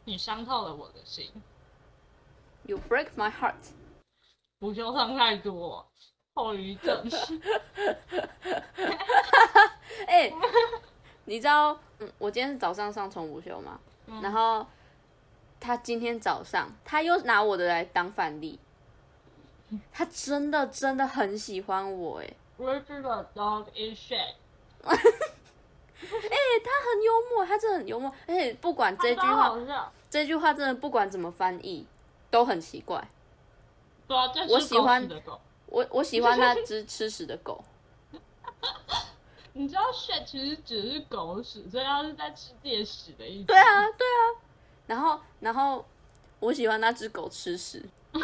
你伤透了我的心。 You break my heart。 补修上太多，后遗症。 哎、你知道，我今天是早上上重补修嘛，然后他今天早上他又拿我的来当范例，他真的很喜欢我哎。 Where's the dog is shit？ 他很幽默，他真的很幽默，而且不管这句话真的不管怎么翻译都很奇怪。 对啊，在我喜欢的狗。 我喜欢那只吃屎的狗。 你知道 shit 其实只是狗屎，所以它是在吃自己的屎的意思。 对啊。然后我喜欢那只狗吃屎。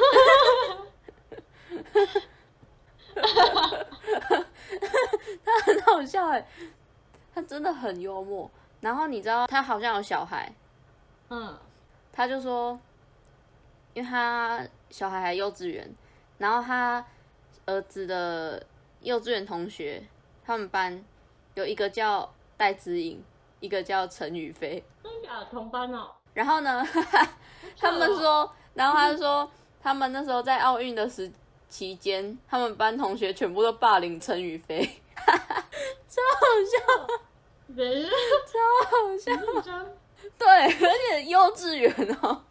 他很好笑哎，他真的很幽默。然后你知道他好像有小孩，他就说，因为他小孩还幼稚园，然后他儿子的幼稚园同学，他们班有一个叫戴资颖，一个叫陈宇飞， 真假的同班哦。 然后呢，他们说，然后他说，他们那时候在奥运的期间，他们班同学全部都霸凌陈宇飞，超好笑，超好笑，对，而且幼稚园哦，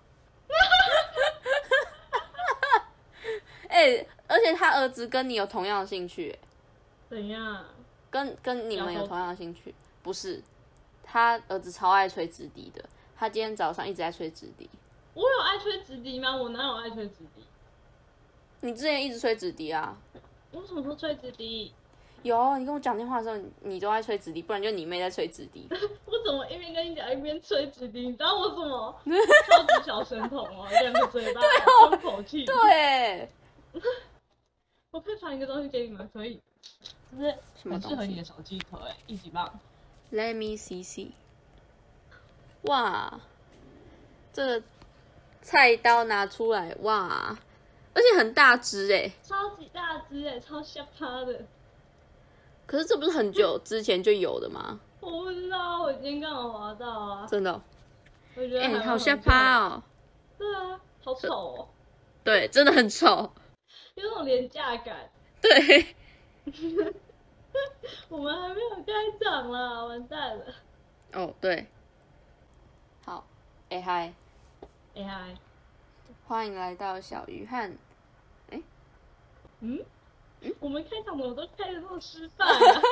而且他儿子跟你有同样的兴趣， 怎样？ 跟你们有同样的兴趣？不是，他儿子超爱吹直笛的，他今天早上一直在吹直笛。 我有爱吹直笛吗？我哪有爱吹直笛？ 你之前一直吹直笛啊？ 我什么时候吹直笛？ 有，你跟我讲电话的时候，你都在吹直笛，不然就你妹在吹直笛。 我怎么一边跟你讲一边吹直笛？你知道我什么超级小神童吗？两个嘴巴，双口气。 对。 我可以传一个东西给你们，可以。就是很适合你的手机壳一级棒。 Let me see。哇，这个菜刀拿出来，哇，而且很大只哎， 超级大只哎，超下趴的。 可是这不是很久之前就有的吗？ 我不知道，我今天刚好滑到啊。 真的、哦？ 我觉得好下趴哦。 对啊，好丑哦。 对，真的很丑， 有种廉价感。 对。 我们还没有开场啦，完蛋了。 哦，对。好，嗨， 嗨， 欢迎来到小鱼和， 我们开场怎么都开得这么失败啊？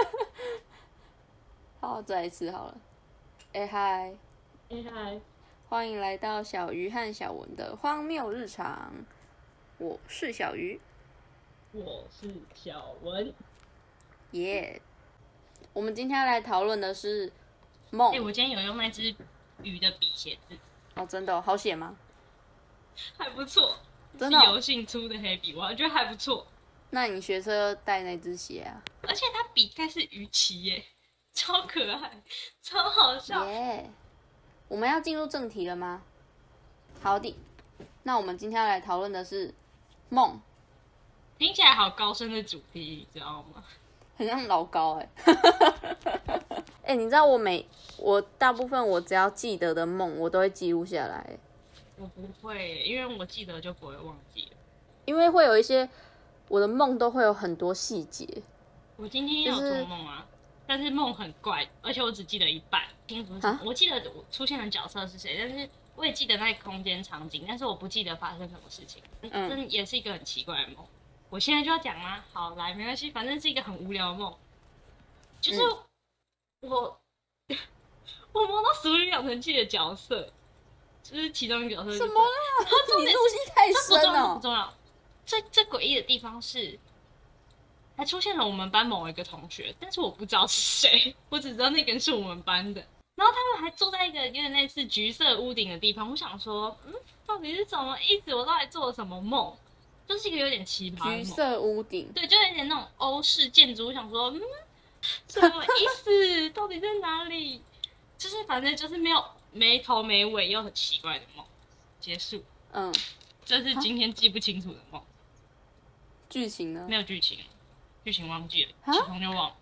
好，再一次好了。嗨，欢迎来到小鱼和小文的荒谬日常。我是小鱼， 我是小文。 耶！我们今天要来讨论的是梦。 我今天有用那支鱼的笔写字。 哦，真的、哦、好写吗？ 还不错， 真的、哦。 是油性粗的黑笔，我觉得还不错。 那你学车带那支写啊？ 而且它笔盖是鱼鳍耶，超可爱，超好笑。 耶！我们要进入正题了吗？好的，那我们今天要来讨论的是梦。 听起来好高深的主题，你知道吗？ 很像老高你知道我大部分我只要记得的梦，我都会记录下来。 我不会，因为我记得就不会忘记了。 因为会有一些我的梦都会有很多细节。 我今天也有做梦啊，但是梦很怪，而且我只记得一半。我记得我出现的角色是谁，但是我也记得那个空间场景，但是我不记得发生什么事情。这也是一个很奇怪的梦。我现在就要讲吗？好，来，没关系，反正是一个很无聊的梦。就是我梦到《俗女养成记》的角色，就是其中一个角色。 什么啦？你入戏太深了。 不重要。最诡异的地方是，还出现了我们班某一个同学，但是我不知道是谁，我只知道那个人是我们班的。然后他们还坐在一个有点类似橘色屋顶的地方，我想说，到底是什么意思？我到底做了什么梦？就是一个有点奇葩的梦。 橘色屋顶， 对，就有点那种欧式建筑。我想说，什么意思？到底在哪里？就是反正就是没头没尾又很奇怪的梦。结束。这是今天记不清楚的梦。 剧情呢？ 没有剧情，剧情忘记了，起床就忘了。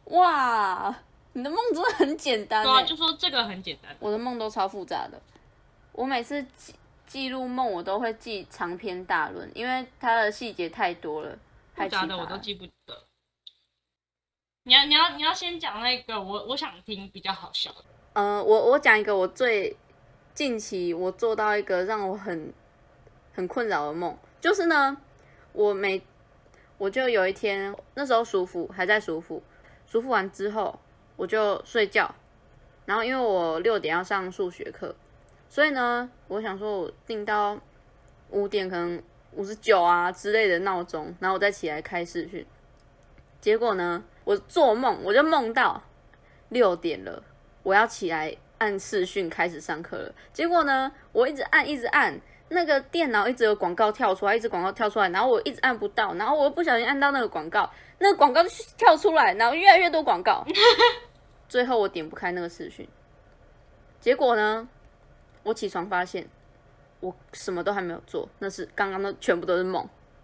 哇，你的梦真的很简单。 对啊，就说这个很简单。 我的梦都超复杂的。 我每次记录梦，我都会记长篇大论，因为它的细节太多了，太奇葩了。 的我都记不得。你要先讲那个，我想听比较好笑的。 我讲一个我最近期我做到一个让我很困扰的梦，就是呢，我就有一天，那时候暑辅还在暑辅完之后，我就睡觉，然后因为我6点要上数学课，所以呢，我想说我定到5点可能59啊之类的闹钟，然后我再起来开视讯。结果呢，我做梦我就梦到6点了，我要起来按视讯开始上课了。结果呢，我一直按，那个电脑一直有广告跳出来，然后我一直按不到，然后我又不小心按到那个广告，那个广告就跳出来，然后越来越多广告，最后我点不开那个视讯。结果呢，我起床发现我什么都还没有做，那是刚刚全部都是梦。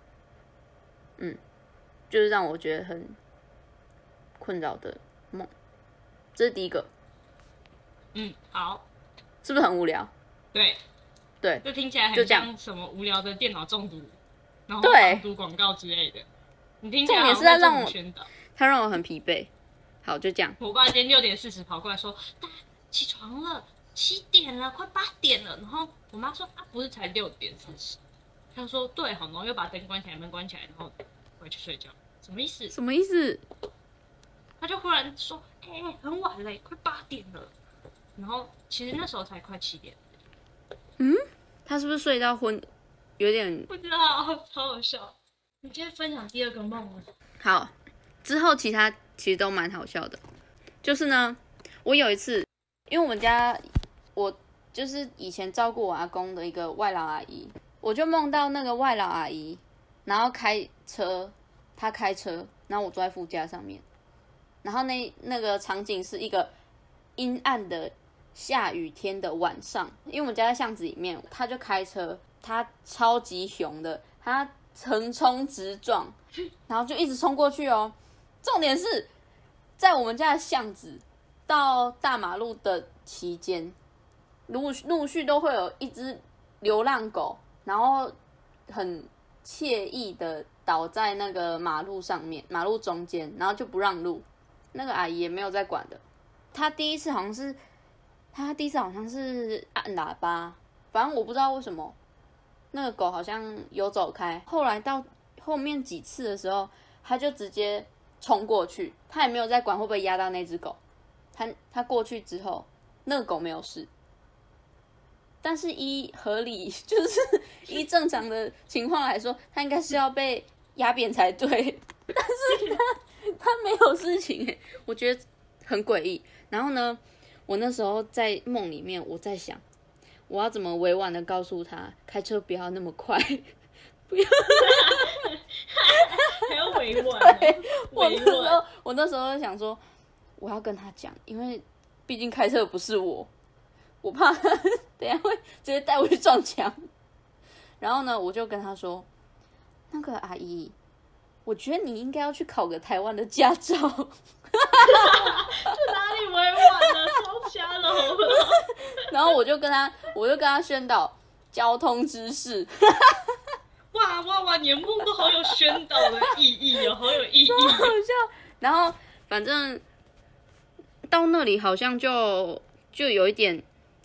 就是让我觉得很困扰的梦，这是第一个。 好， 是不是很无聊？ 对，这听起来很像什么无聊的电脑中毒，然后防毒广告之类的。你听起来好像在让我宣导， 它让我很疲惫。好，就这样。 我爸今天6点40跑过来说：“大家起床了，7点了，快8点了。”然后我妈说：“不是才6点40。”他说：“对，好。”然后又把灯关起来，门关起来，然后回去睡觉。什么意思？ 什么意思？ 他就忽然说：“很晚了，快8点了。”然后其实那时候才快7点。 他是不是睡到昏？有点不知道，超好笑。你今天分享第2个梦了。 好，之后其他其实都蛮好笑的。就是呢，我有一次，因为我们家我就是以前照顾我阿公的一个外劳阿姨，我就梦到那个外劳阿姨，然后她开车，然后我坐在副驾上面，然后那个场景是一个阴暗的下雨天的晚上，因为我们家在巷子里面，他就开车，他超级凶的，他横冲直撞，然后就一直冲过去哦。重点是在我们家的巷子到大马路的期间，陆续都会有一只流浪狗，然后很惬意的倒在那个马路上面，马路中间，然后就不让路。那个阿姨也没有在管的。她第一次好像是按喇叭，反正我不知道为什么那个狗好像有走开。后来到后面几次的时候，她就直接冲过去，她也没有在管会不会压到那只狗。她过去之后，那个狗没有事。但是合理，就是依正常的情况来说，它应该是要被压扁才对。但是它没有事情我觉得很诡异。然后呢，我那时候在梦里面，我在想，我要怎么委婉的告诉他，开车不要那么快，不要， 还要委婉。 我那时候想说，我要跟他讲，因为毕竟开车的不是我怕他等一下会直接带我去撞墙。然后呢，我就跟他说，那个阿姨，我觉得你应该要去考个台湾的驾照。 这哪里委婉了，超瞎了。 然后我就跟他宣导交通知识。 哇， 你的梦都好有宣导的意义哦，好有意义， 超好笑。然后反正到那里好像就有一点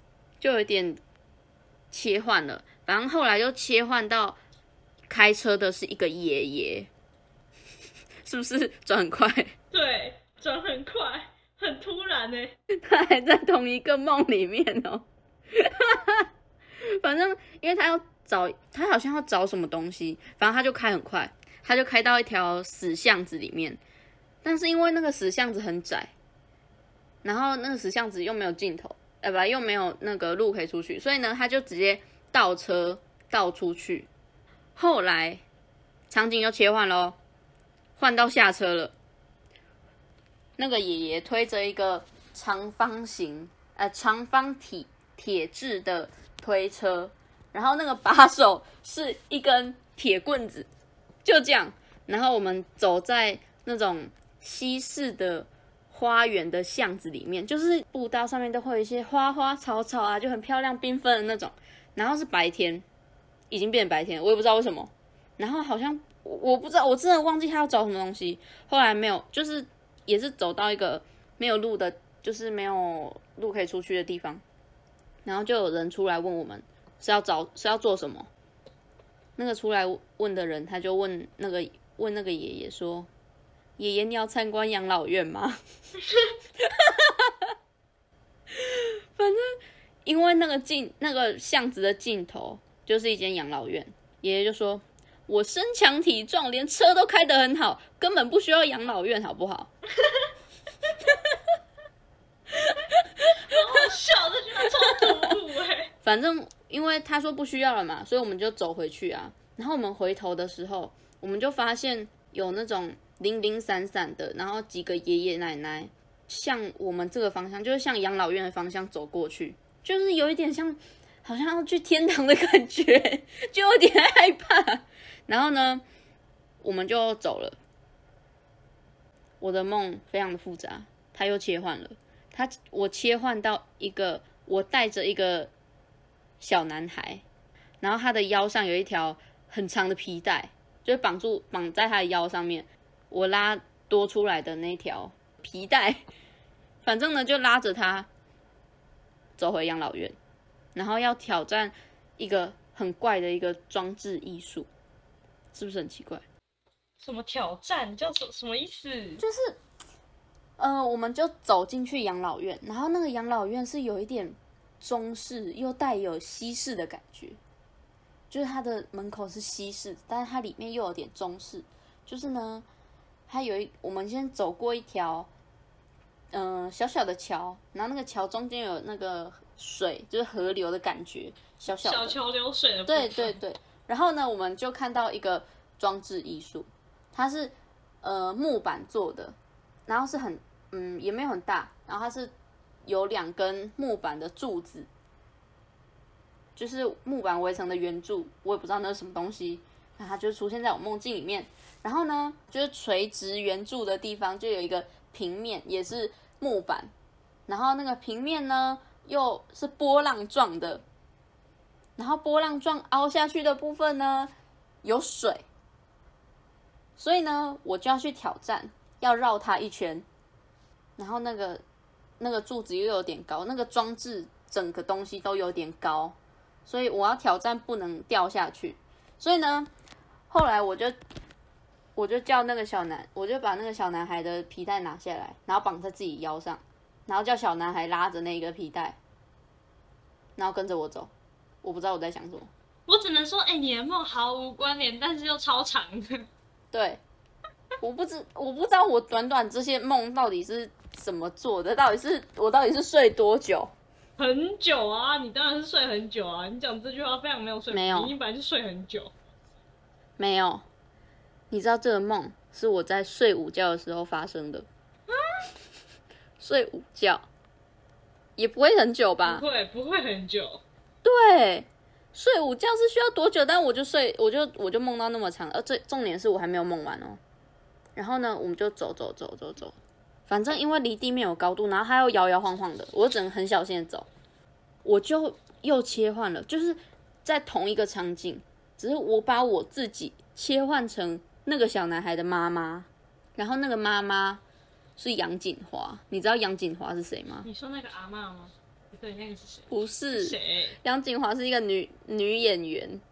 切换了，反正后来就切换到开车的是一个爷爷，是不是转很快？ 对，转很快，很突然耶。 他还在同一个梦里面哦。反正因为他好像要找什么东西，反正他就开很快，他就开到一条死巷子里面，但是因为那个死巷子很窄，然后那个死巷子又没有尽头，又没有那个路可以出去，所以呢，他就直接倒车倒出去。后来场景又切换咯，换到下车了。那个爷爷推着一个长方铁质的推车，然后那个把手是一根铁棍子，就这样。然后我们走在那种西式的花园的巷子里面，就是步道上面都会有一些花花草草啊，就很漂亮缤纷的那种。然后是白天，已经变成白天，我也不知道为什么。然后好像我不知道，我真的忘记他要找什么东西。后来没有，就是也是走到一个没有路的，就是没有路可以出去的地方，然后就有人出来问我们是要做什么。那个出来问的人，他就问那个爷爷说：“爷爷，你要参观养老院吗？”反正因为那个巷子的尽头就是一间养老院，爷爷就说：“我身强体壮，连车都开得很好，根本不需要养老院，好不好？” 好笑，这句话超突兀哎。 反正因为他说不需要了嘛，所以我们就走回去啊。然后我们回头的时候，我们就发现有那种零零散散的，然后几个爷爷奶奶向我们这个方向，就是向养老院的方向走过去，就是有一点像好像要去天堂的感觉，就有点害怕。然后呢，我们就走了。我的梦非常的复杂，它又切换了。我切换到我带着一个小男孩，然后他的腰上有一条很长的皮带，就绑在他的腰上面。我拉多出来的那条皮带，反正呢就拉着他走回养老院，然后要挑战一个很怪的一个装置艺术，是不是很奇怪？ 什么挑战？叫什么意思？ 就是我们就走进去养老院，然后那个养老院是有一点中式又带有西式的感觉，就是它的门口是西式，但是它里面又有点中式。就是呢，我们先走过一条小小的桥，然后那个桥中间有那个水，就是河流的感觉，小的小桥流水的部分。对。然后呢，我们就看到一个装置艺术，它是木板做的，然后是也没有很大，然后它是有2根木板的柱子，就是木板围成的圆柱，我也不知道那是什么东西，那它就出现在我梦境里面。然后呢，就是垂直圆柱的地方就有一个平面，也是木板，然后那个平面呢又是波浪状的，然后波浪状凹下去的部分呢有水，所以呢我就要去挑战，要绕它一圈。然后那个柱子又有点高，那个装置整个东西都有点高，所以我要挑战不能掉下去。所以呢，后来我就叫那个我就把那个小男孩的皮带拿下来，然后绑在自己腰上，然后叫小男孩拉着那个皮带，然后跟着我走。我不知道我在想什么， 我只能说，你的梦毫无关联，但是又超长的。 对，我不知道我短短这些梦到底是怎么做的，我到底是睡多久？ 很久啊，你当然是睡很久啊！你讲这句话非常没有睡， 没有， 你本来就睡很久。 没有，你知道这个梦是我在睡午觉的时候发生的。睡午觉也不会很久吧？ 不会很久。 对，睡午觉是需要多久？但我就梦到那么长，重点是我还没有梦完哦。然后呢，我们就走，反正因为离地面有高度，然后它又摇摇晃晃的，我只能很小心的走。我就又切换了，就是在同一个场景，只是我把我自己切换成那个小男孩的妈妈，然后那个妈妈是杨锦华。你知道杨锦华是谁吗？ 你说那个阿嬷吗？对，那个是谁？ 不是， 谁？ 杨锦华是一个女演员。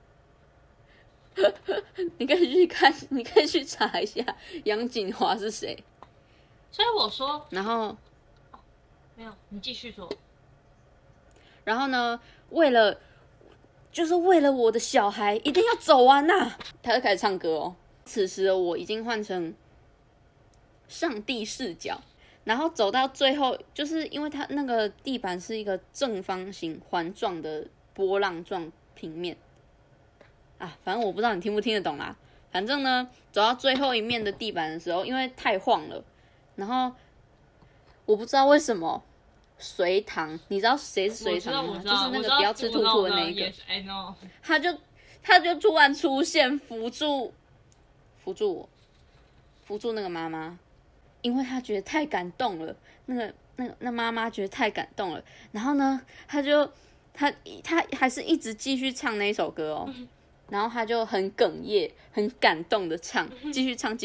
你可以去看，你可以去查一下杨锦华是谁。 所以我说， 然后没有，你继续说。 然后呢，为了我的小孩一定要走完呐，他就开始唱歌哦。此时的我已经换成上帝视角，然后走到最后，就是因为它那个地板是一个正方形环状的波浪状平面啊，反正我不知道你听不听得懂啦。反正呢，走到最后一面的地板的时候，因为太晃了，然后我不知道为什么隋唐，你知道谁是隋唐吗？就是那个不要吃兔兔的那一个。 Yes, I know. 他就突然出现，扶住那个妈妈。 因为他觉得太感动了，那妈妈觉得太感动了，然后呢，他还是一直继续唱那首歌哦，然后他就很哽咽、很感动的唱，继续唱，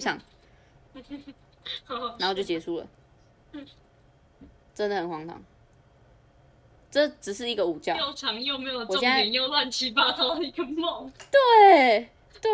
然后就结束了，真的很荒唐。这只是一个午觉， 又长又没有重点，又乱七八糟的一个梦。 对，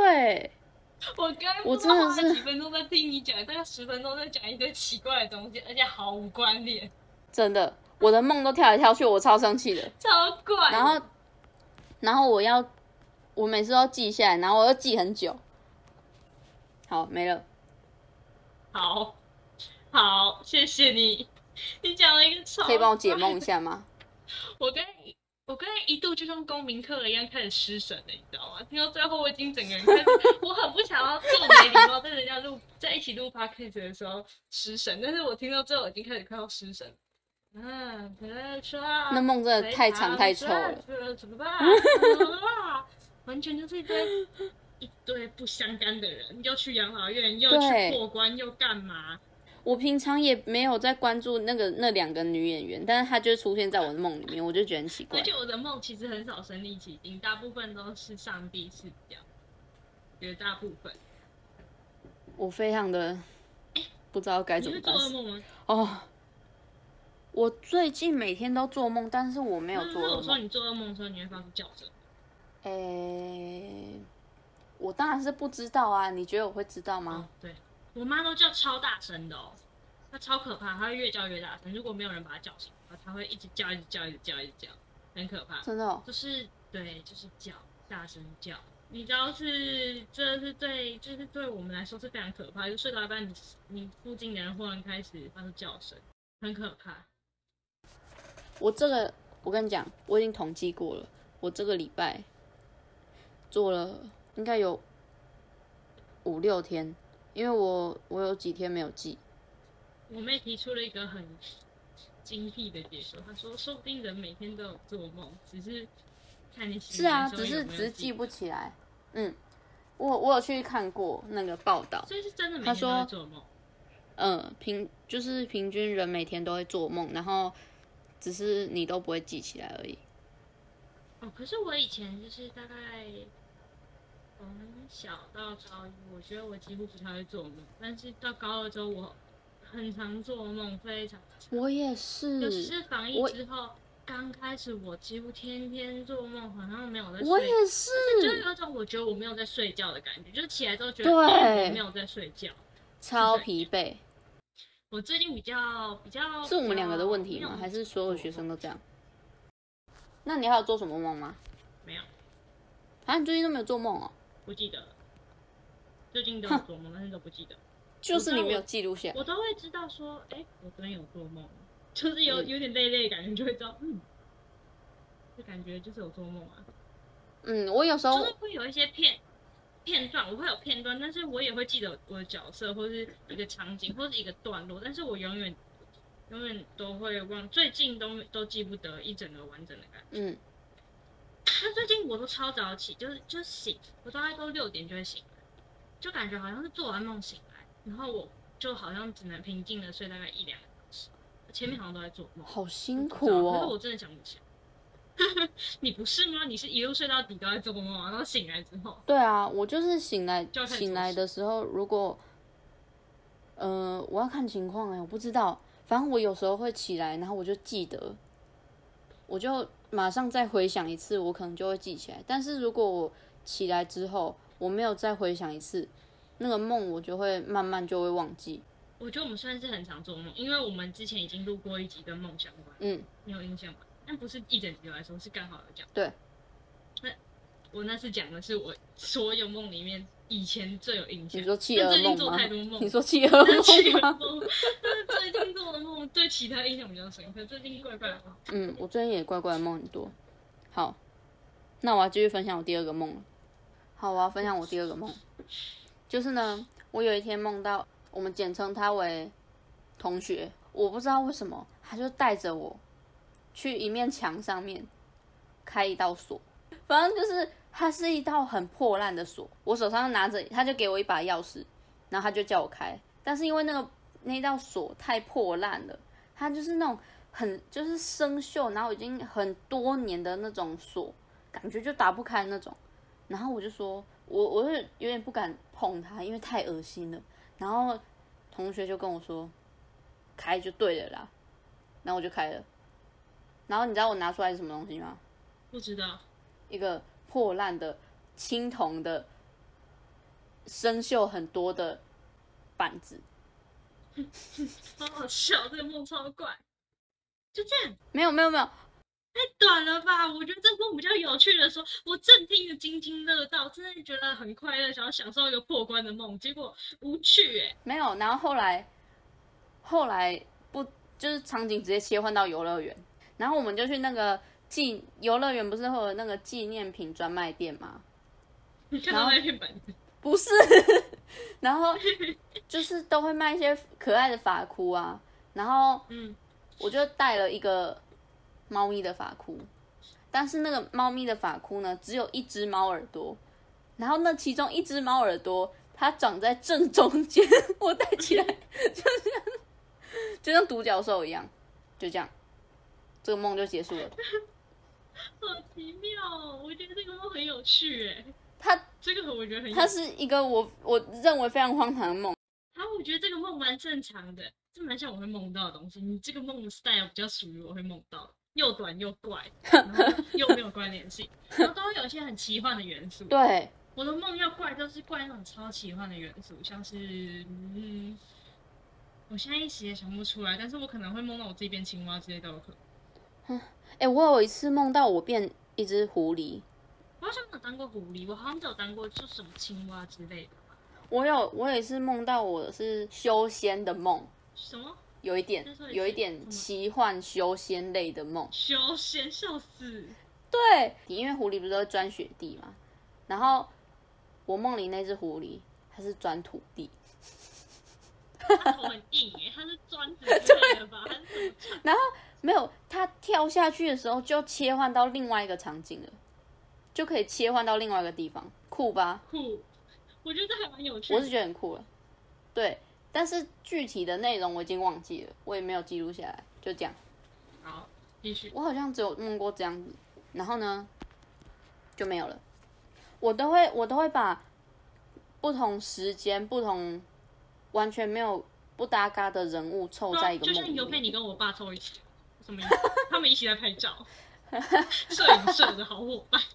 我真的是几分钟在听你讲，大概10分钟在讲一堆奇怪的东西，而且毫无关联。 真的，我的梦都跳来跳去，我超生气的， 超怪。 然后我每次都记下来，然后我又记很久。好，没了。 好，谢谢你，你讲了一个超。 可以帮我解梦一下吗？ 我刚才一度就像公民课一样开始失神了，你知道吗？听到最后，我已经整个人开始，我很不想要做没礼貌，在人家在一起录 podcast 的时候失神，但是我听到最后已经开始快要失神。 那梦真的太长太臭了， 怎么办？完全就是一堆不相干的人，又去养老院，又去破关，又干嘛？ 我平常也没有在关注那2个女演员，但是她就出现在我的梦里面，我就觉得很奇怪。 而且我的梦其实很少身临其境，大部分都是上帝视角，绝大部分。 我非常的不知道该怎么办。 你会做噩梦吗？ 哦，我最近每天都做梦，但是我没有做噩梦。 我说你做噩梦的时候，你会发出叫声。 我当然是不知道啊，你觉得我会知道吗？ 对，我妈都叫超大声的哦，她超可怕，她会越叫越大声。如果没有人把她叫醒，她会一直叫，很可怕。 真的哦？ 就是叫，大声叫。你知道这对我们来说是非常可怕。就睡到一半，你附近的人忽然开始发出叫声，很可怕。 我跟你讲，我已经统计过了，我这个礼拜做了应该有5、6天，因为我有几天没有记。 我妹提出了一个很精辟的解说，她说说不定人每天都有做梦，只是看你醒来的时候有没有记。 只是记不起来。我有去看过那个报道， 所以是真的每天都会做梦。 就是平均人每天都会做梦，然后只是你都不会记起来而已。 可是我以前就是大概从小到高一，我觉得我几乎不太会做梦，但是到高2之后，我很常做梦，非常常。 我也是。 就是防疫之后，刚开始我几乎天天做梦，好像没有在睡。 我也是。 就是有一种我觉得我没有在睡觉的感觉，就是起来之后觉得我没有在睡觉， 超疲惫。 我最近比较是我们2个的问题吗？还是所有学生都这样？那你还有做什么梦吗？ 没有。 你最近都没有做梦哦？ 不记得了。最近都有做梦，但是都不记得。 就是你没有记录下来。 我都会知道说，我昨天有做梦，就是有点累的感觉，就会知道，就感觉就是有做梦啊。 我有时候就是会有一些片段，我会有片段，但是我也会记得我的角色，或是一个场景，或是一个段落，但是我永远都会忘，最近都记不得一整个完整的感觉。那最近我都超早起，就醒，我大概都6点就会醒来，就感觉好像是做完梦醒来，然后我就好像只能平静的睡大概1、2个小时，前面好像都在做梦， 好辛苦哦。 可是我真的想不起来。你不是吗？你是一路睡到底都在做梦，然后醒来之后？ 对啊，我就是醒来的时候，如果我要看情况我不知道，反正我有时候会起来，然后我就记得，我就马上再回想一次，我可能就会记起来。但是如果我起来之后，我没有再回想一次，那个梦我就会慢慢就会忘记。 我觉得我们算是很常做梦，因为我们之前已经录过一集跟梦相关，你有印象吗？但不是一整集来说，是刚好有讲。 对， 我那次讲的是我所有梦里面以前最有印象。 你说企鹅梦吗？ 最近做太多梦。 你说企鹅梦吗？ 最近做的梦对其他印象比较深刻，最近怪怪的梦。 我最近也怪怪的梦很多。好，那我要继续分享我第2个梦了。好，我要分享我第2个梦，就是呢，我有一天梦到，我们简称他为同学，我不知道为什么，他就带着我去一面墙上面开一道锁，反正就是它是一道很破烂的锁，我手上拿着，他就给我一把钥匙，然后他就叫我开，但是因为那道锁太破烂了，它就是那种就是生锈，然后已经很多年的那种锁，感觉就打不开那种。然后我就说，我就有点不敢碰它，因为太恶心了。然后同学就跟我说，开就对了啦。然后我就开了。然后你知道我拿出来是什么东西吗？ 不知道。 一个破烂的青铜的生锈很多的板子。 好好笑，这个梦超怪。就这样。 没有。 太短了吧？我觉得这梦比较有趣的说，我正听得津津乐道，真的觉得很快乐，想要享受一个破关的梦，结果无趣没有，然后后来不就是场景直接切换到游乐园，然后我们就去那个游乐园不是会有那个纪念品专卖店吗？ 你看到那片板子？ 不是，然后就是都会卖一些可爱的发箍啊，然后我就带了一个猫咪的发箍，但是那个猫咪的发箍呢，只有一只猫耳朵，然后那其中一只猫耳朵它长在正中间，我戴起来就像独角兽一样，就这样，这个梦就结束了。 好奇妙哦，我觉得这个梦很有趣哎。这个我觉得很有趣， 它是一个我认为非常荒唐的梦。 我觉得这个梦蛮正常的，这蛮像我会梦到的东西。你这个梦的 style 比较属于我会梦到的，又短又怪，然后又没有关联性，然后都会有一些很奇幻的元素。 对， 我的梦要怪都是怪那种超奇幻的元素，像是我现在一时也想不出来，但是我可能会梦到我自己变青蛙之类都有可能。 我有一次梦到我变一只狐狸。 我好像没有当过狐狸，我好像只有当过就什么青蛙之类的吧。 我也是梦到我是修仙的梦。 什么？ 有一点奇幻修仙类的梦。 修仙，笑死！ 对，因为狐狸不是都会钻雪地嘛，然后我梦里那只狐狸它是钻土地。 它头很硬耶，它是钻子之类的吧？ 然后没有，它跳下去的时候就切换到另外一个场景了。就可以切换到另外一个地方，酷吧？ 酷，我觉得这还蛮有趣的。 我是觉得很酷了，对，但是具体的内容我已经忘记了，我也没有记录下来，就这样。 好，继续。 我好像只有梦过这样子，然后呢就没有了。我都会把不同时间、完全没有不搭嘎的人物凑在一个梦里面。 就像尤佩你跟我爸凑一起，什么意思？他们一起来拍照。摄影社的好伙伴。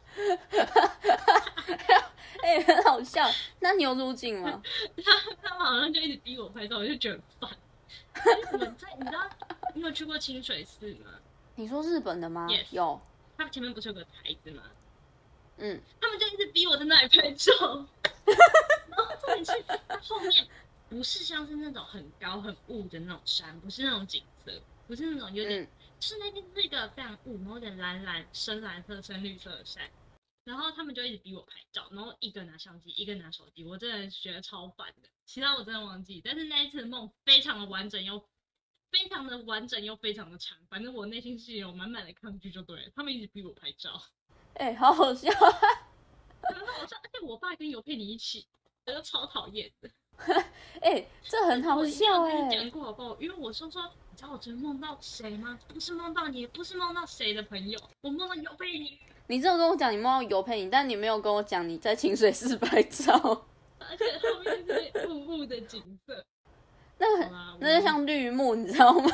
很好笑。那你有入境吗？ 他们好像就一直逼我拍照，我就觉得很烦。你知道你有去过清水寺吗？ 你说日本的吗？ Yes. 有。 他们前面不是有个台子吗？ 他们就一直逼我在那里拍照。然后重点是后面不是像是那种很高很雾的那种山，不是那种景色，不是那种有点。就是那边是一个非常雾，然后有点深蓝色、深绿色的山，然后他们就一直逼我拍照，然后一个拿相机，一个拿手机，我真的觉得超烦的。其他我真的忘记，但是那一次的梦非常的完整又非常的长，反正我内心是有满满的抗拒就对了。他们一直逼我拍照， 好好笑， 很好笑，而且我爸跟尤佩妮一起，我就超讨厌的。 这很好笑我跟你讲过好不好？因为我说，你知道我昨天梦到谁吗？不是梦到你，不是梦到谁的朋友，我梦到尤佩妮。 你只有跟我讲你梦到尤佩妮，但你没有跟我讲你在清水寺拍照， 而且后面是雾雾的景色。 那就像绿幕，你知道吗？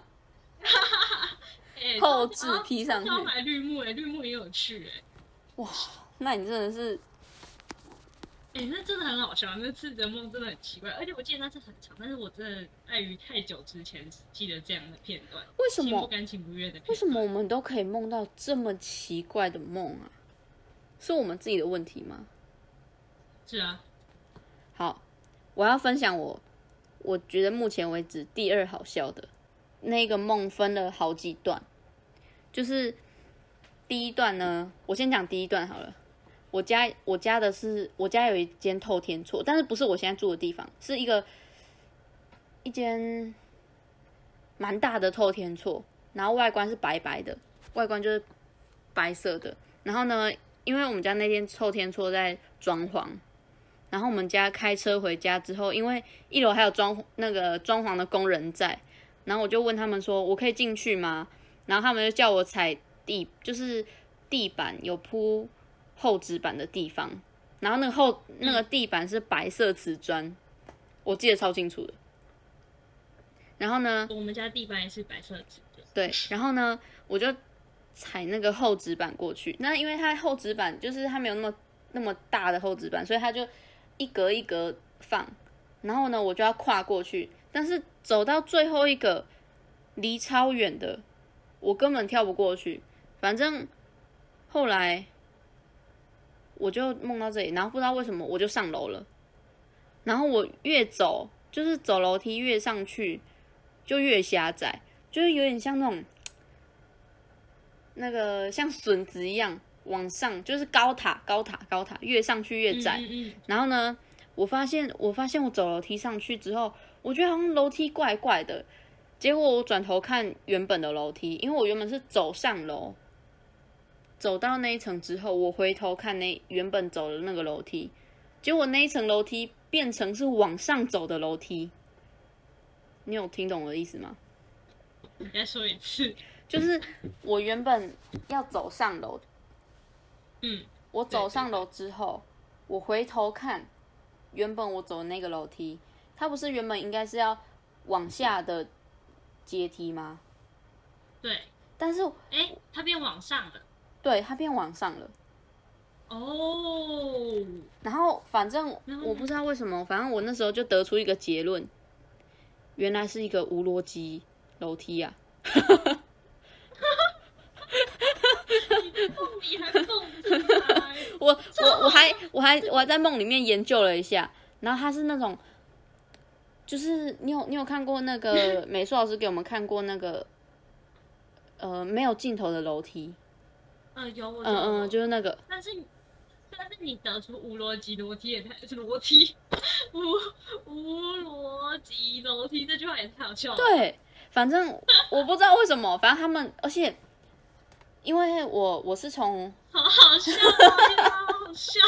后置 P 上去。 要买绿幕绿幕也有趣哇，那你真的是。 那真的很好笑，那次的梦真的很奇怪，而且我记得那次很长，但是我真的碍于太久之前只记得这样的片段， 为什么心不甘情不愿的片段？ 为什么我们都可以梦到这么奇怪的梦啊？是我们自己的问题吗？ 是啊。 好，我要分享我觉得目前为止第二好笑的那个梦，分了好几段，就是第一段呢，我先讲第一段好了。我家有一间透天厝，但是不是我现在住的地方，是一间蛮大的透天厝，然后外观是白白的，外观就是白色的。然后呢，因为我们家那间透天厝在装潢， 然后我们家开车回家之后，因为1楼还有装潢的工人在，然后我就问他们说，我可以进去吗？然后他们就叫我踩就是地板有铺厚纸板的地方，然后那个地板是白色瓷砖，我记得超清楚的。然后呢， 我们家地板也是白色瓷砖。 对，然后呢，我就踩那个厚纸板过去。那因为它厚纸板就是它没有那么大的厚纸板，所以它就一格一格放。然后呢，我就要跨过去，但是走到最后一个离超远的，我根本跳不过去。反正后来我就梦到这里，然后不知道为什么我就上楼了。然后我越走，就是走楼梯越上去，就越狭窄，就是有点像那个像笋子一样往上，就是高塔，越上去越窄。然后呢，我发现我走楼梯上去之后，我觉得好像楼梯怪怪的。结果我转头看原本的楼梯，因为我原本是走上楼，走到那一层之后，我回头看原本走的那个楼梯，结果那一层楼梯变成是往上走的楼梯。你有听懂我的意思吗？ 你再说一次。 就是我原本要走上楼，我走上楼之后，我回头看原本我走的那个楼梯，它不是原本应该是要往下的阶梯吗？ 对。 但是它变往上了。 对，它变往上了。 哦。 然后反正我不知道为什么，反正我那时候就得出一个结论，原来是一个无逻辑楼梯啊。 梦里还蹦出来。 我还在梦里面研究了一下，然后它是那种，就是你有看过那个美术老师给我们看过那个没有尽头的楼梯？ 有。 就是那个。 但是你得出无逻辑楼梯也太是逻辑，无逻辑楼梯这句话也太好笑了。 对，反正我不知道为什么，反正他们，而且因为我是从好好笑啊，好笑。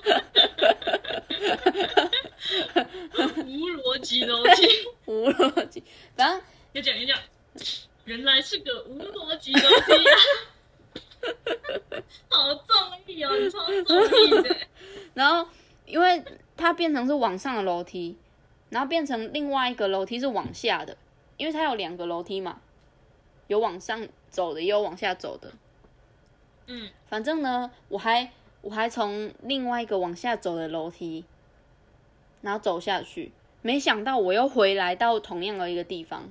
无逻辑楼梯， 无逻辑，反正要讲，原来是个无逻辑楼梯啊。好综艺哦，你超综艺的。 然后，因为它变成是往上的楼梯，然后变成另外一个楼梯是往下的，因为它有2个楼梯嘛，有往上走的，也有往下走的。反正呢，我还从另外一个往下走的楼梯，然后走下去，没想到我又回来到同样的一个地方。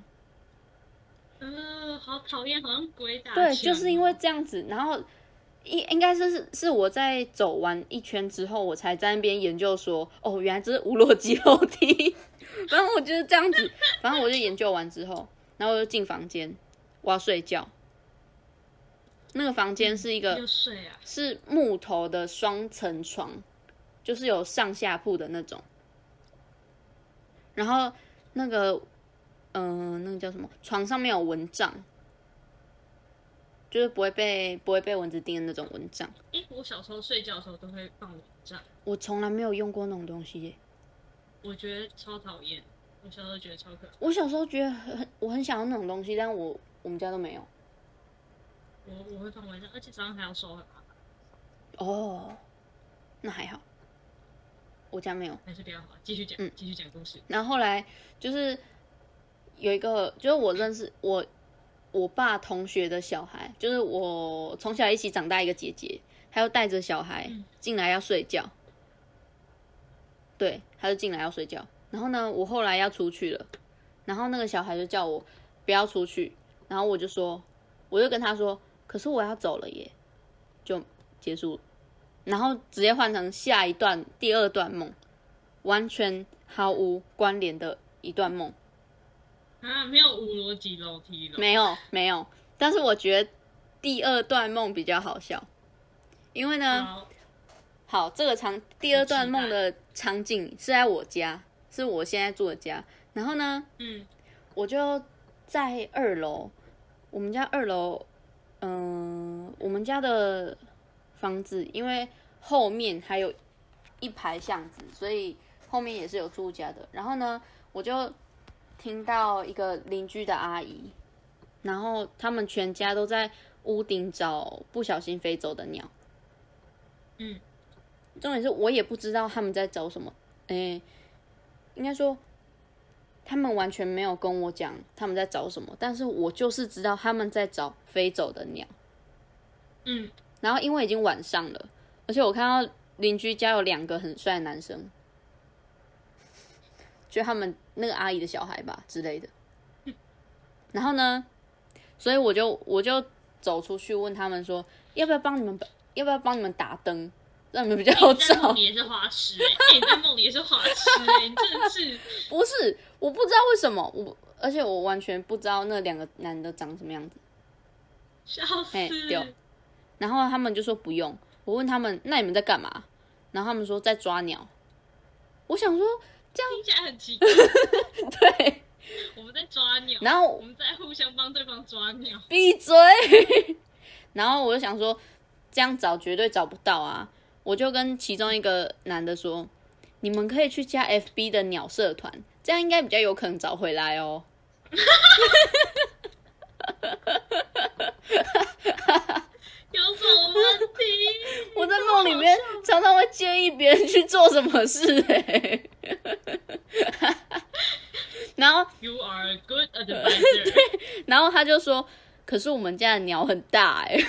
好讨厌，好像鬼打墙。 对，就是因为这样子，然后应该是我在走完一圈之后，我才在那边研究说，哦，原来这是无逻辑楼梯。反正我就是这样子，反正我就研究完之后，然后我就进房间，我要睡觉。那个房间是一个是木头的双层床，就是有上下铺的那种。然后那个那个叫什么？床上面有蚊帐，就是不会被蚊子叮的那种蚊帐。 我小时候睡觉的时候都会放蚊帐。 我从来没有用过那种东西耶。 我觉得超讨厌，我小时候觉得超可怕。 我小时候觉得我很想要那种东西，但我们家都没有。 我会放蚊帐，而且早上还要收很麻烦。 哦，那还好，我家没有。 还是比较好，继续讲故事。 然后后来就是有一个，就是我认识我爸同学的小孩，就是我从小一起长大一个姐姐，她又带着小孩进来要睡觉。对，他就进来要睡觉。然后呢，我后来要出去了，然后那个小孩就叫我不要出去，然后我就跟他说，可是我要走了耶，就结束了。然后直接换成下一段第2段梦，完全毫无关联的一段梦。 没有无逻辑楼梯了。 没有，但是我觉得第2段梦比较好笑，因为呢，好，这个第2段梦的场景是在我家，是我现在住的家。然后呢，我就在2楼，我们家2楼，我们家的房子因为后面还有一排巷子，所以后面也是有住家的。然后呢，我就听到一个邻居的阿姨，然后他们全家都在屋顶找不小心飞走的鸟。重点是我也不知道他们在找什么，应该说他们完全没有跟我讲他们在找什么，但是我就是知道他们在找飞走的鸟。然后因为已经晚上了，而且我看到邻居家有2个很帅的男生，就他们那个阿姨的小孩吧之类的。然后呢，所以我就走出去问他们说，要不要帮你们打灯，让你们比较好找。 你在梦里也是花痴你在梦里也是花痴你真的是。 不是，我不知道为什么，而且我完全不知道那2个男的长什么样子。 笑死。对。 然后他们就说不用，我问他们那你们在干嘛？然后他们说在抓鸟。我想说这样听起来很奇怪。 对， 我们在抓鸟， 然后我们在互相帮对方抓鸟。 闭嘴。然后我就想说这样找绝对找不到啊，我就跟其中一个男的说，你们可以去加 FB 的鸟社团，这样应该比较有可能找回来哦。 有什么问题？ 我在梦里面常常会建议别人去做什么事然后 You are a good advisor 对，然后他就说，可是我们家的鸟很大这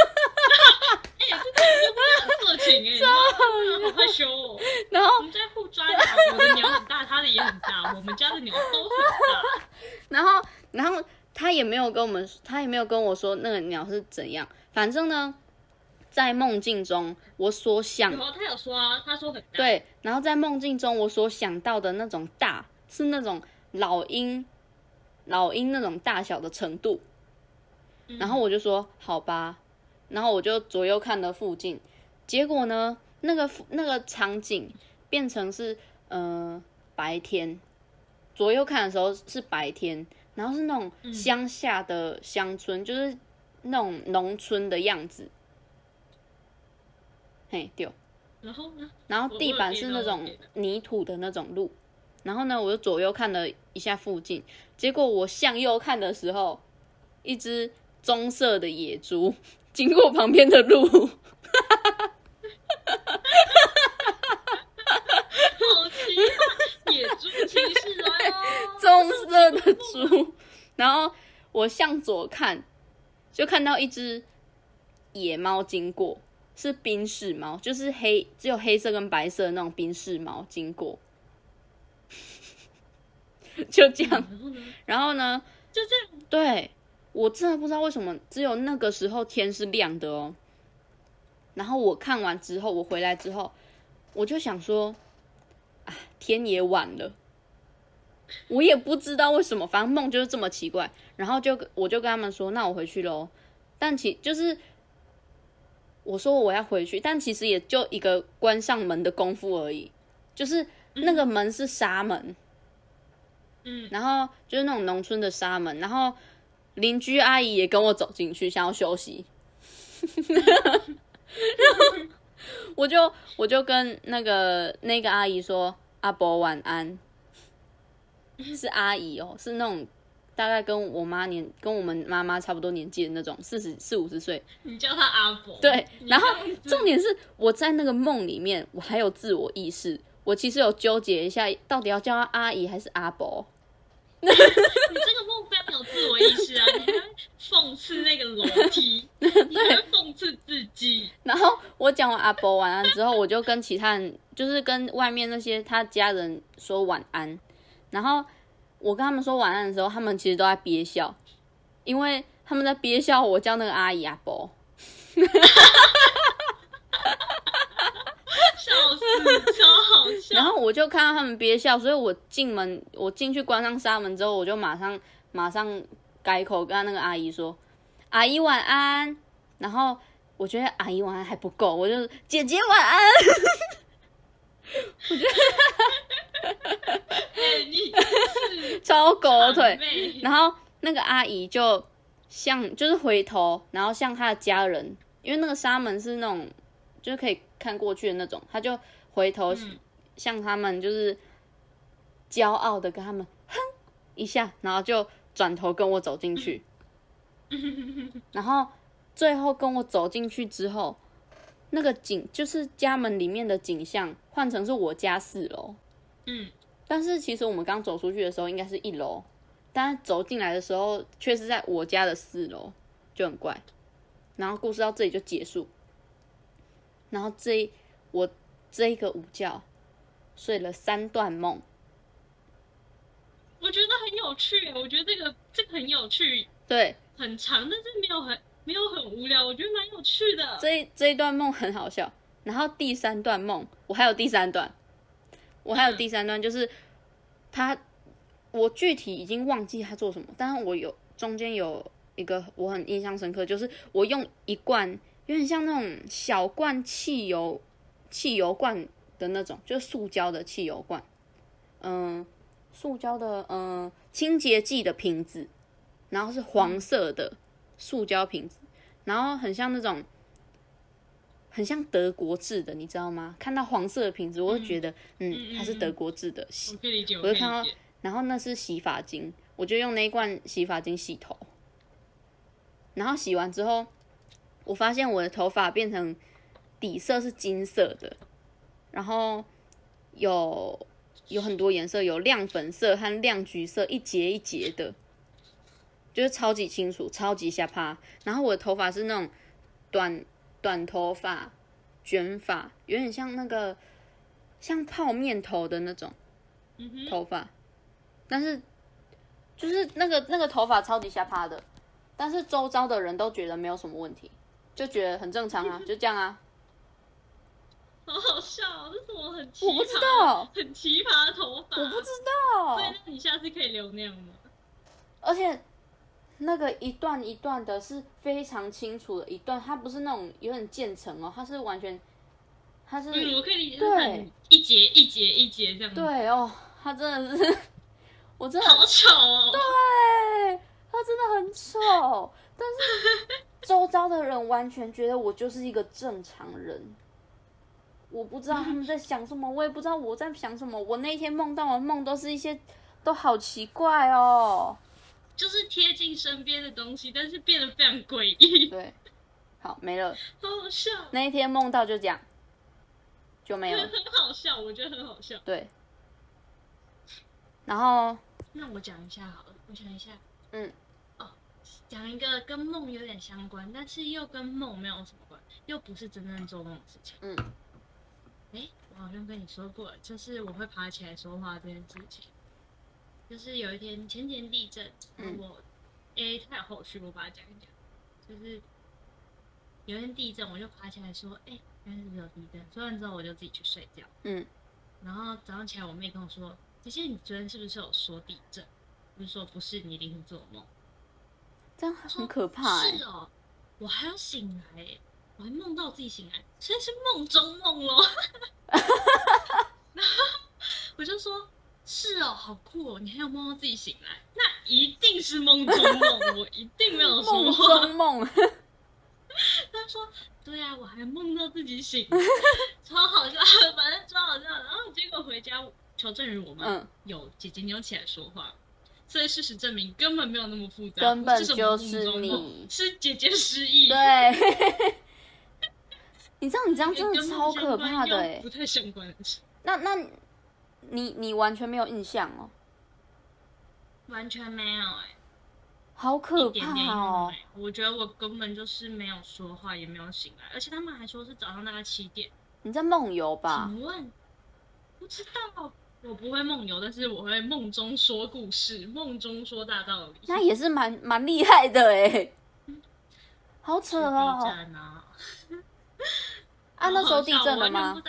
色情好害羞哦。 然后我们在互抓鸟，我的鸟很大，他的也很大，我们家的鸟都很大。 然后他也没有跟我说那个鸟是怎样。反正呢，在梦境中我所想， 他有说啊，他说很大。 对，然后在梦境中我所想到的那种大，是那种老鹰那种大小的程度。然后我就说好吧，然后我就左右看了附近，结果呢，那个场景变成是白天，左右看的时候是白天，然后是那种乡下的乡村，就是那种农村的样子。嘿，对。 然后呢？ 然后地板是那种泥土的那种路。然后呢，我就左右看了一下附近，结果我向右看的时候，一只棕色的野猪经过旁边的路。好奇怪，野猪骑士来了。 棕色的猪。然后我向左看，就看到一只野猫经过，是宾士猫，就是只有黑色跟白色的那种宾士猫经过。就这样。然后呢？ 就这样。 对，我真的不知道为什么只有那个时候天是亮的哦。然后我看完之后，我回来之后，我就想说，啊，天也晚了。我也不知道为什么，反正梦就是这么奇怪。然后我就跟他们说，那我回去咯。但就是我说我要回去，但其实也就一个关上门的功夫而已，就是那个门是纱门。然后就是那种农村的纱门，然后邻居阿姨也跟我走进去，想要休息。我就跟那个阿姨说：“阿伯晚安。”是阿姨哦，是那种大概跟我们妈妈差不多年纪的那种40-50岁。 你叫她阿伯。 对，然后重点是我在那个梦里面，我还有自我意识。我其实有纠结一下，到底要叫他阿姨还是阿伯。 你这个梦非常有自我意识啊！你还讽刺那个楼梯，你还讽刺自己。 然后我讲完阿伯晚安之后，我就跟其他人，就是跟外面那些他家人说晚安。然后我跟他们说晚安的时候，他们其实都在憋笑，因为他们在憋笑我叫那个阿姨阿伯。 笑死，超好笑。 然后我就看到他们憋笑，所以我进去关上纱门之后，我就马上改口跟那个阿姨说：“阿姨晚安。”然后我觉得阿姨晚安还不够，我就姐姐晚安。我觉得你超狗腿。然后那个阿姨就是回头，然后像她的家人，因为那个纱门是那种就是可以看过去的那种，她就回头向他们就是骄傲的跟他们哼一下，然后就转头跟我走进去。然后最后跟我走进去之后，那个就是家门里面的景象换成是我家4楼。但是其实我们刚走出去的时候应该是1楼，但走进来的时候却是在我家的4楼，就很怪。然后故事到这里就结束。然后我这一个午觉睡了3段梦。 我觉得很有趣，我觉得这个很有趣， 对， 很长，但是没有很无聊，我觉得蛮有趣的。 这一段梦很好笑。然后第3段梦，我还有第3段，就是我具体已经忘记他做什么，但是我中间有一个我很印象深刻，就是我用一罐有点像那种小罐汽油罐的那种，就是塑胶的汽油罐，塑胶的清洁剂的瓶子，然后是黄色的塑胶瓶子，然后很像那种很像德国制的，你知道吗？看到黄色的瓶子，我就觉得它是德国制的。 我可以理解， 我就看到，然后那是洗发精，我就用那一罐洗发精洗头，然后洗完之后，我发现我的头发变成底色是金色的，然后有很多颜色，有亮粉色和亮橘色，一节一节的，就是超级清楚，超级下趴。然后我的头发是那种短头发卷发，有点像那个像泡面头的那种头发，但是就是那个头发超级下趴的，但是周遭的人都觉得没有什么问题，就觉得很正常啊，就这样啊。 好好笑，这是我很奇葩， 我不知道， 很奇葩的头发， 我不知道。 对，那你下次可以留那样吗？ 而且那个一段一段的是非常清楚的一段，它不是那种有点渐层哦，它是完全，它是我可以理解，对，一节一节一节这样子。 对哦，它真的是，我真的好丑哦。 对，它真的很丑，但是周遭的人完全觉得我就是一个正常人。我不知道他们在想什么，我也不知道我在想什么。我那天梦到的梦都是一些，都好奇怪哦。 就是贴近身边的东西，但是变得非常诡异。 对，好没了。 好好笑。 那一天梦到就这样，就没有。 很好笑，我觉得很好笑。 对。然后， 那我讲一下好了，我想一下。讲一个跟梦有点相关，但是又跟梦没有什么关，又不是真正做梦的事情。我好像跟你说过了，就是我会爬起来说话这件事情。就是有一天前地震，然后它有后续，我把它讲一讲。就是有一天地震，我就爬起来说，原来是有地震。说完之后，我就自己去睡觉。然后早上起来，我妹跟我说：“姐姐，你昨天是不是有说地震？”我就说：“不是，你一定是做梦。” 这样很可怕是哦，我还要醒来我还梦到自己醒来，所以是梦中梦咯。然后我就说：“是哦，好酷哦，你还有梦到自己醒来，那一定是梦中梦，我一定没有说谎。”梦中梦。 他说：“对啊，我还梦到自己醒，超好笑，反正超好笑。”然后结果回家求证于我们有姐姐扭起来说话。所以事实证明根本没有那么复杂， 根本就是你， 是姐姐失忆。 对，你知道你这样真的超可怕的不太相关的事。 那你完全没有印象哦？ 完全没有好可怕哦！ 我觉得我根本就是没有说话，也没有醒来，而且他们还说是早上大概7点。 你在梦游吧？ 请问，不知道。我不会梦游，但是我会梦中说故事，梦中说大道理。 那也是蛮厉害的好扯哦！ 地震啊！ 那时候地震了吗？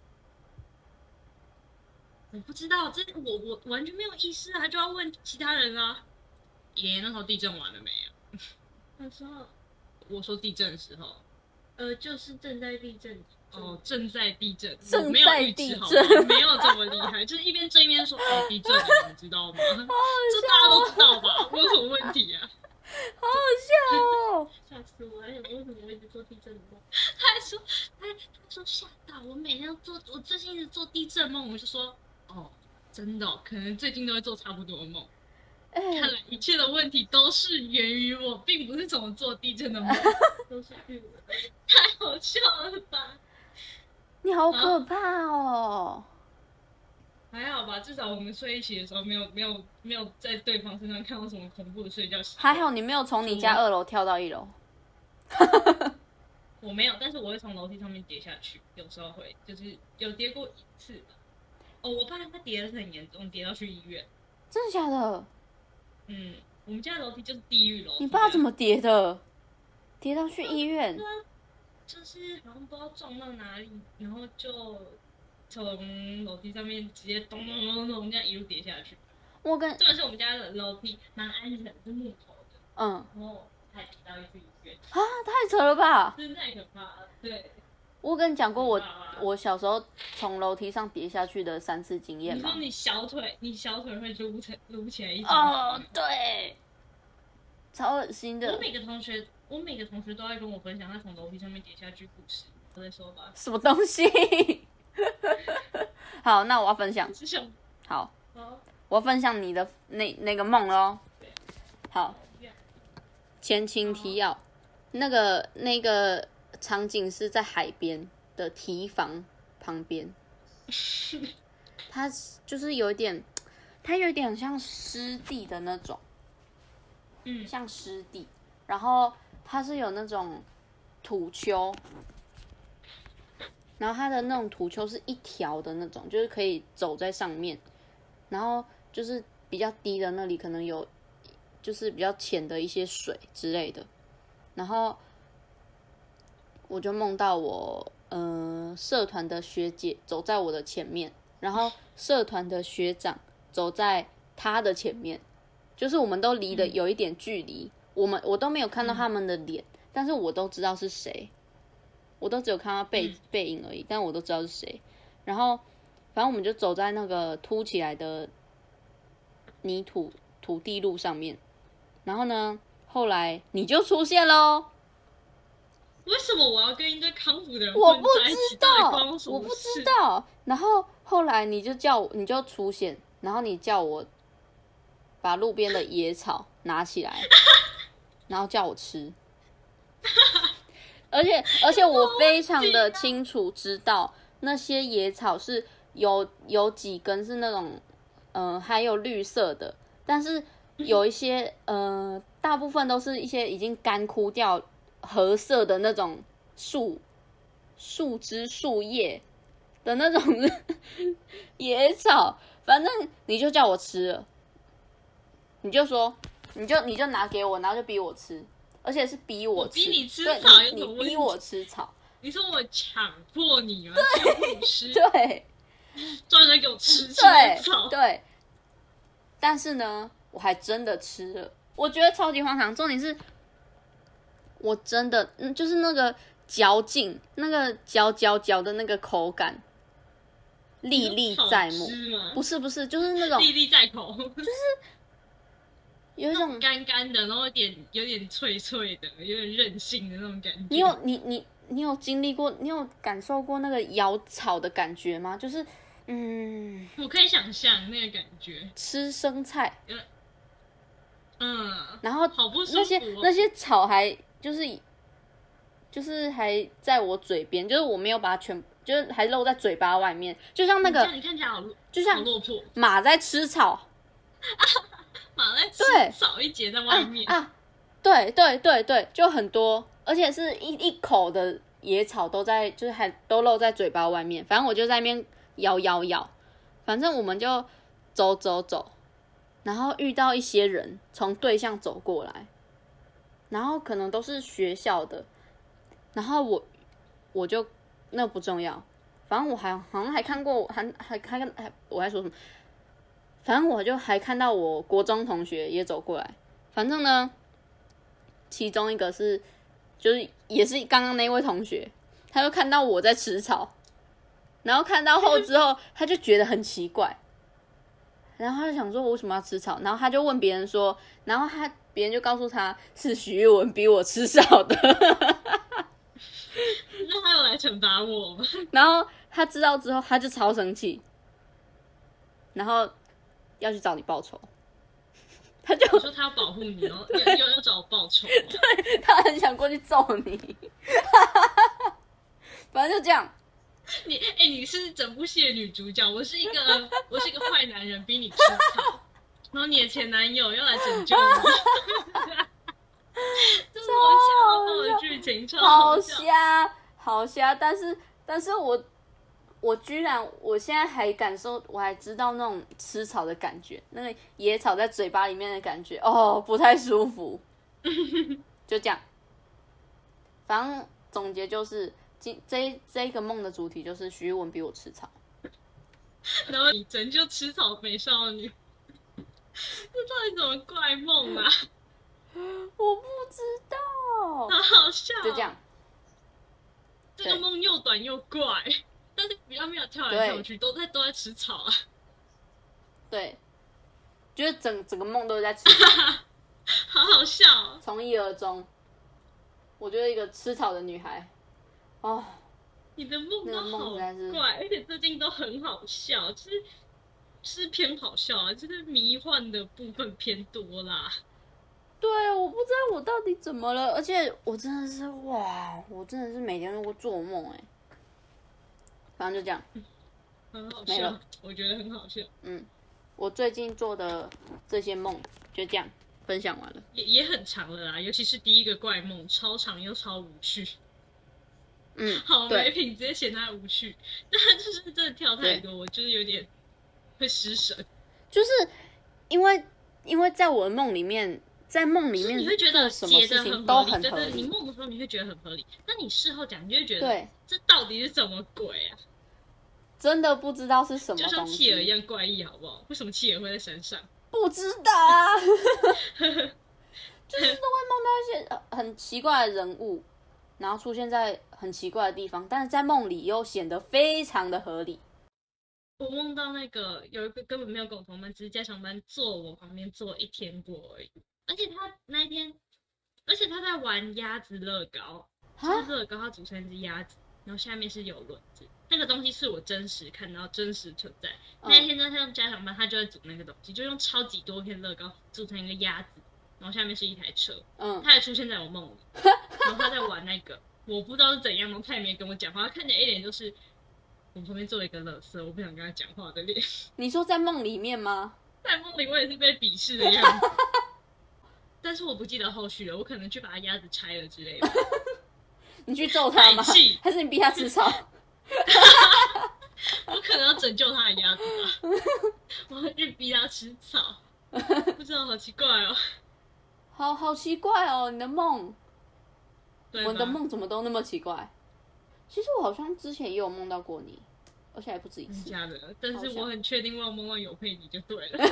我不知道，我完全没有意识啊，就要问其他人啊。爷那时候地震完了没有？那时候我说地震的时候，就是正在地震。正在地震， 正在地震，没有这么厉害，就是一边震一边说，地震了，你知道吗？这大家都知道吧？有什么问题啊？ 好好笑哦！ 吓死我了！为什么我一直做地震的梦？他说吓到我，每天我最近一直做地震梦，我就说哦，真的可能最近都会做差不多的梦。看来一切的问题都是源于我，并不是怎么做地震的梦，都是因为我，太好笑了吧？ 你好可怕哦！ 还好吧，至少我们睡一起的时候没有在对方身上看到什么恐怖的睡觉习惯。 还好你没有从你家2楼跳到1楼。 我没有，但是我会从楼梯上面跌下去，有时候会，就是有跌过1次吧。哦，我爸他跌的是很严重，跌到去医院。 真的假的？ 我们家的楼梯就是地狱楼。 你爸怎么跌的？跌到去医院？ 就是好像不知道撞到哪里，然后就从楼梯上面直接咚咚咚咚这样一路跌下去。重点是我们家的楼梯蛮安全的，是木头的。然后还跌到去医院。 啊，太扯了吧！ 真的太可怕了。对。 我跟你讲过我小时候从楼梯上跌下去的3次经验吗？ 你说你小腿会撸起来一层。 哦，对，超恶心的。 我每个同学都在跟我分享他从楼梯上面跌下去故事。我再说吧。 什么东西？好，那我要分享。好，我要分享你的那个梦咯。好，前情提要，那个场景是在海边的堤防旁边，它就是有点像湿地的那种，像湿地，然后它是有那种土丘，然后它的那种土丘是一条的那种，就是可以走在上面，然后就是比较低的那里可能有就是比较浅的一些水之类的，然后我就梦到我社团的学姐走在我的前面，然后社团的学长走在他的前面，就是我们都离得有一点距离，我都没有看到他们的脸，但是我都知道是谁，我都只有看到背影而已，但我都知道是谁。然后反正我们就走在那个凸起来的泥土地路上面，然后呢，后来你就出现咯。 为什么我要跟一堆康复的人混在一起？ 我不知道。然后后来你就出现，然后你叫我把路边的野草拿起来，然后叫我吃。而且我非常的清楚知道那些野草是有几根是那种还有绿色的，但是有一些大部分都是一些已经干枯掉褐色的那种树枝树叶的那种野草，反正你就叫我吃了，你就说你就拿给我，然后就逼我吃，而且是逼我吃， 逼你吃草， 你逼我吃草， 你说我强迫你吗？强迫你吃， 对， 专门给我吃草， 对，但是呢，我还真的吃了，我觉得超级荒唐，重点是。我真的就是那个嚼劲，那个嚼的那个口感历历在目。不是，就是那种历历在口， 就是有一种干干的，然后有点脆脆的，有点韧性的那种感觉。 你有经历过，你有感受过那个咬草的感觉吗？就是我可以想象那个感觉。 吃生菜，然后好不舒服那些草还。就是还在我嘴边，就是我没有把它就是还露在嘴巴外面，就像那个， 你看起来就像落魄， 马在吃草， 马在吃草一节在外面对，就很多，而且是一口的野草都在，就是还都露在嘴巴外面，反正我就在那边咬，反正我们就走，然后遇到一些人从对向走过来。然后可能都是学校的，然后我就那不重要，反正我好像还看过，我还说什么，反正我就还看到我国中同学也走过来，反正呢，其中一个就是也是刚刚那位同学，他就看到我在吃草，然后看到后之后，他就觉得很奇怪，然后他就想说我为什么要吃草，然后他就问别人说，然后别人就告诉他是许玉文逼我吃草的。 那他有来惩罚我吗？ 他知道之后，他就超生气，然后要去找你报仇。他就说他要保护你哦，要找我报仇。 对，他很想过去揍你。反正就这样。 你是整部戏的女主角，我是一个坏男人，逼你吃草，然后你的前男友要来拯救你。这是我想要的剧情，超好瞎，但是我居然我现在还感受，我还知道那种吃草的感觉，那个野草在嘴巴里面的感觉，哦，不太舒服。就这样，反正总结就是，这个梦的主题就是徐玉文逼我吃草， 然后你拯救吃草美少女，这到底什么怪梦啊？ 我不知道， 好好笑。 就这样， 这个梦又短又怪，但是比较没有跳来跳去，都在吃草啊。 对，就是整个梦都是在吃草。 好好笑哦， 从一而终。我觉得一个吃草的女孩，哦， 你的梦都好怪，而且最近都很好笑，是偏好笑啊，就是迷幻的部分偏多啦。 对，我不知道我到底怎么了，而且我真的是我真的是每天都会做梦哎。反正就这样， 很好笑，我觉得很好笑。 我最近做的这些梦就这样分享完了， 也很长了啦，尤其是第一个怪梦，超长又超无趣。好没品，直接嫌它无趣，但就是真的跳太多，我就是有点会失神。 就是因为在我的梦里面，在梦里面你会觉得什么事情都很合理， 你梦的时候你会觉得很合理，但你事后讲，你就会觉得， 对， 这到底是什么鬼啊？ 真的不知道是什么东西， 就像企鹅一样怪异，好不好？为什么企鹅会在山上？ 不知道啊，就是都会梦到一些很奇怪的人物，然后出现在很奇怪的地方，但是在梦里又显得非常的合理。 我梦到那个有一个根本没有跟我同班，只是加强班坐我旁边坐1天过而已，而且他那一天，而且他在玩鸭子乐高，就是乐高它组成一只鸭子，然后下面是有轮子，那个东西是我真实看到、真实存在。那一天在上加强班，他就在组那个东西，就用超级多片乐高组成一个鸭子，然后下面是一台车，他还出现在我梦里，然后他在玩那个，我不知道是怎样，他也没跟我讲话，他看起来一脸就是我旁边坐一个垃圾，我不想跟他讲话的脸。 你说在梦里面吗？ 在梦里我也是被鄙视的样子，但是我不记得后续了，我可能去把他鸭子拆了之类的。 你去揍他吗？还是你逼他吃草？ 我可能要拯救他的鸭子吧，我要去逼他吃草。不知道，好奇怪哦。 好奇怪哦，你的梦。我的梦怎么都那么奇怪？其实我好像之前也有梦到过你，而且还不止一次。 假的，但是我很确定我有梦到有配你就对了。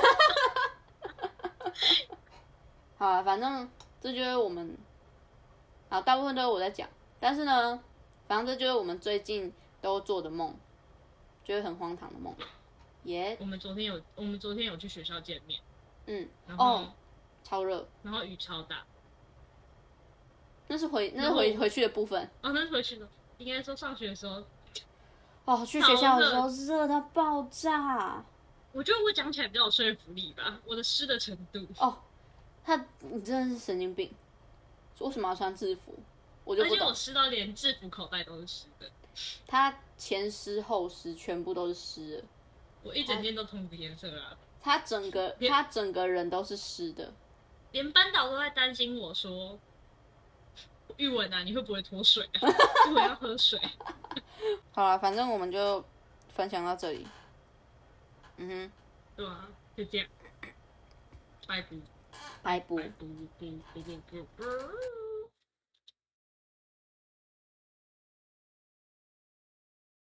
好啊，反正这就是我们，好，大部分都是我在讲，但是呢，反正这就是我们最近都做的梦，就是很荒唐的梦。 我们昨天有去学校见面， 然后超热， 然后雨超大。 那是回去的部分。 哦，那是回去的。应该说上学的时候， 去学校的时候热到爆炸。 我觉得我讲起来比较有说服力吧，我的湿的程度。 你真的是神经病！为什么要穿制服？我就不懂。 而且我湿到连制服口袋都是湿的。 它前湿后湿，全部都是湿的。 我一整件都同一个颜色啊。 他整个人都是湿的， 连班导都在担心我说。玉文啊，你会不会脱水啊？玉文要喝水。 好了，反正我们就分享到这里。 对啊，就这样。拜拜。 拜拜。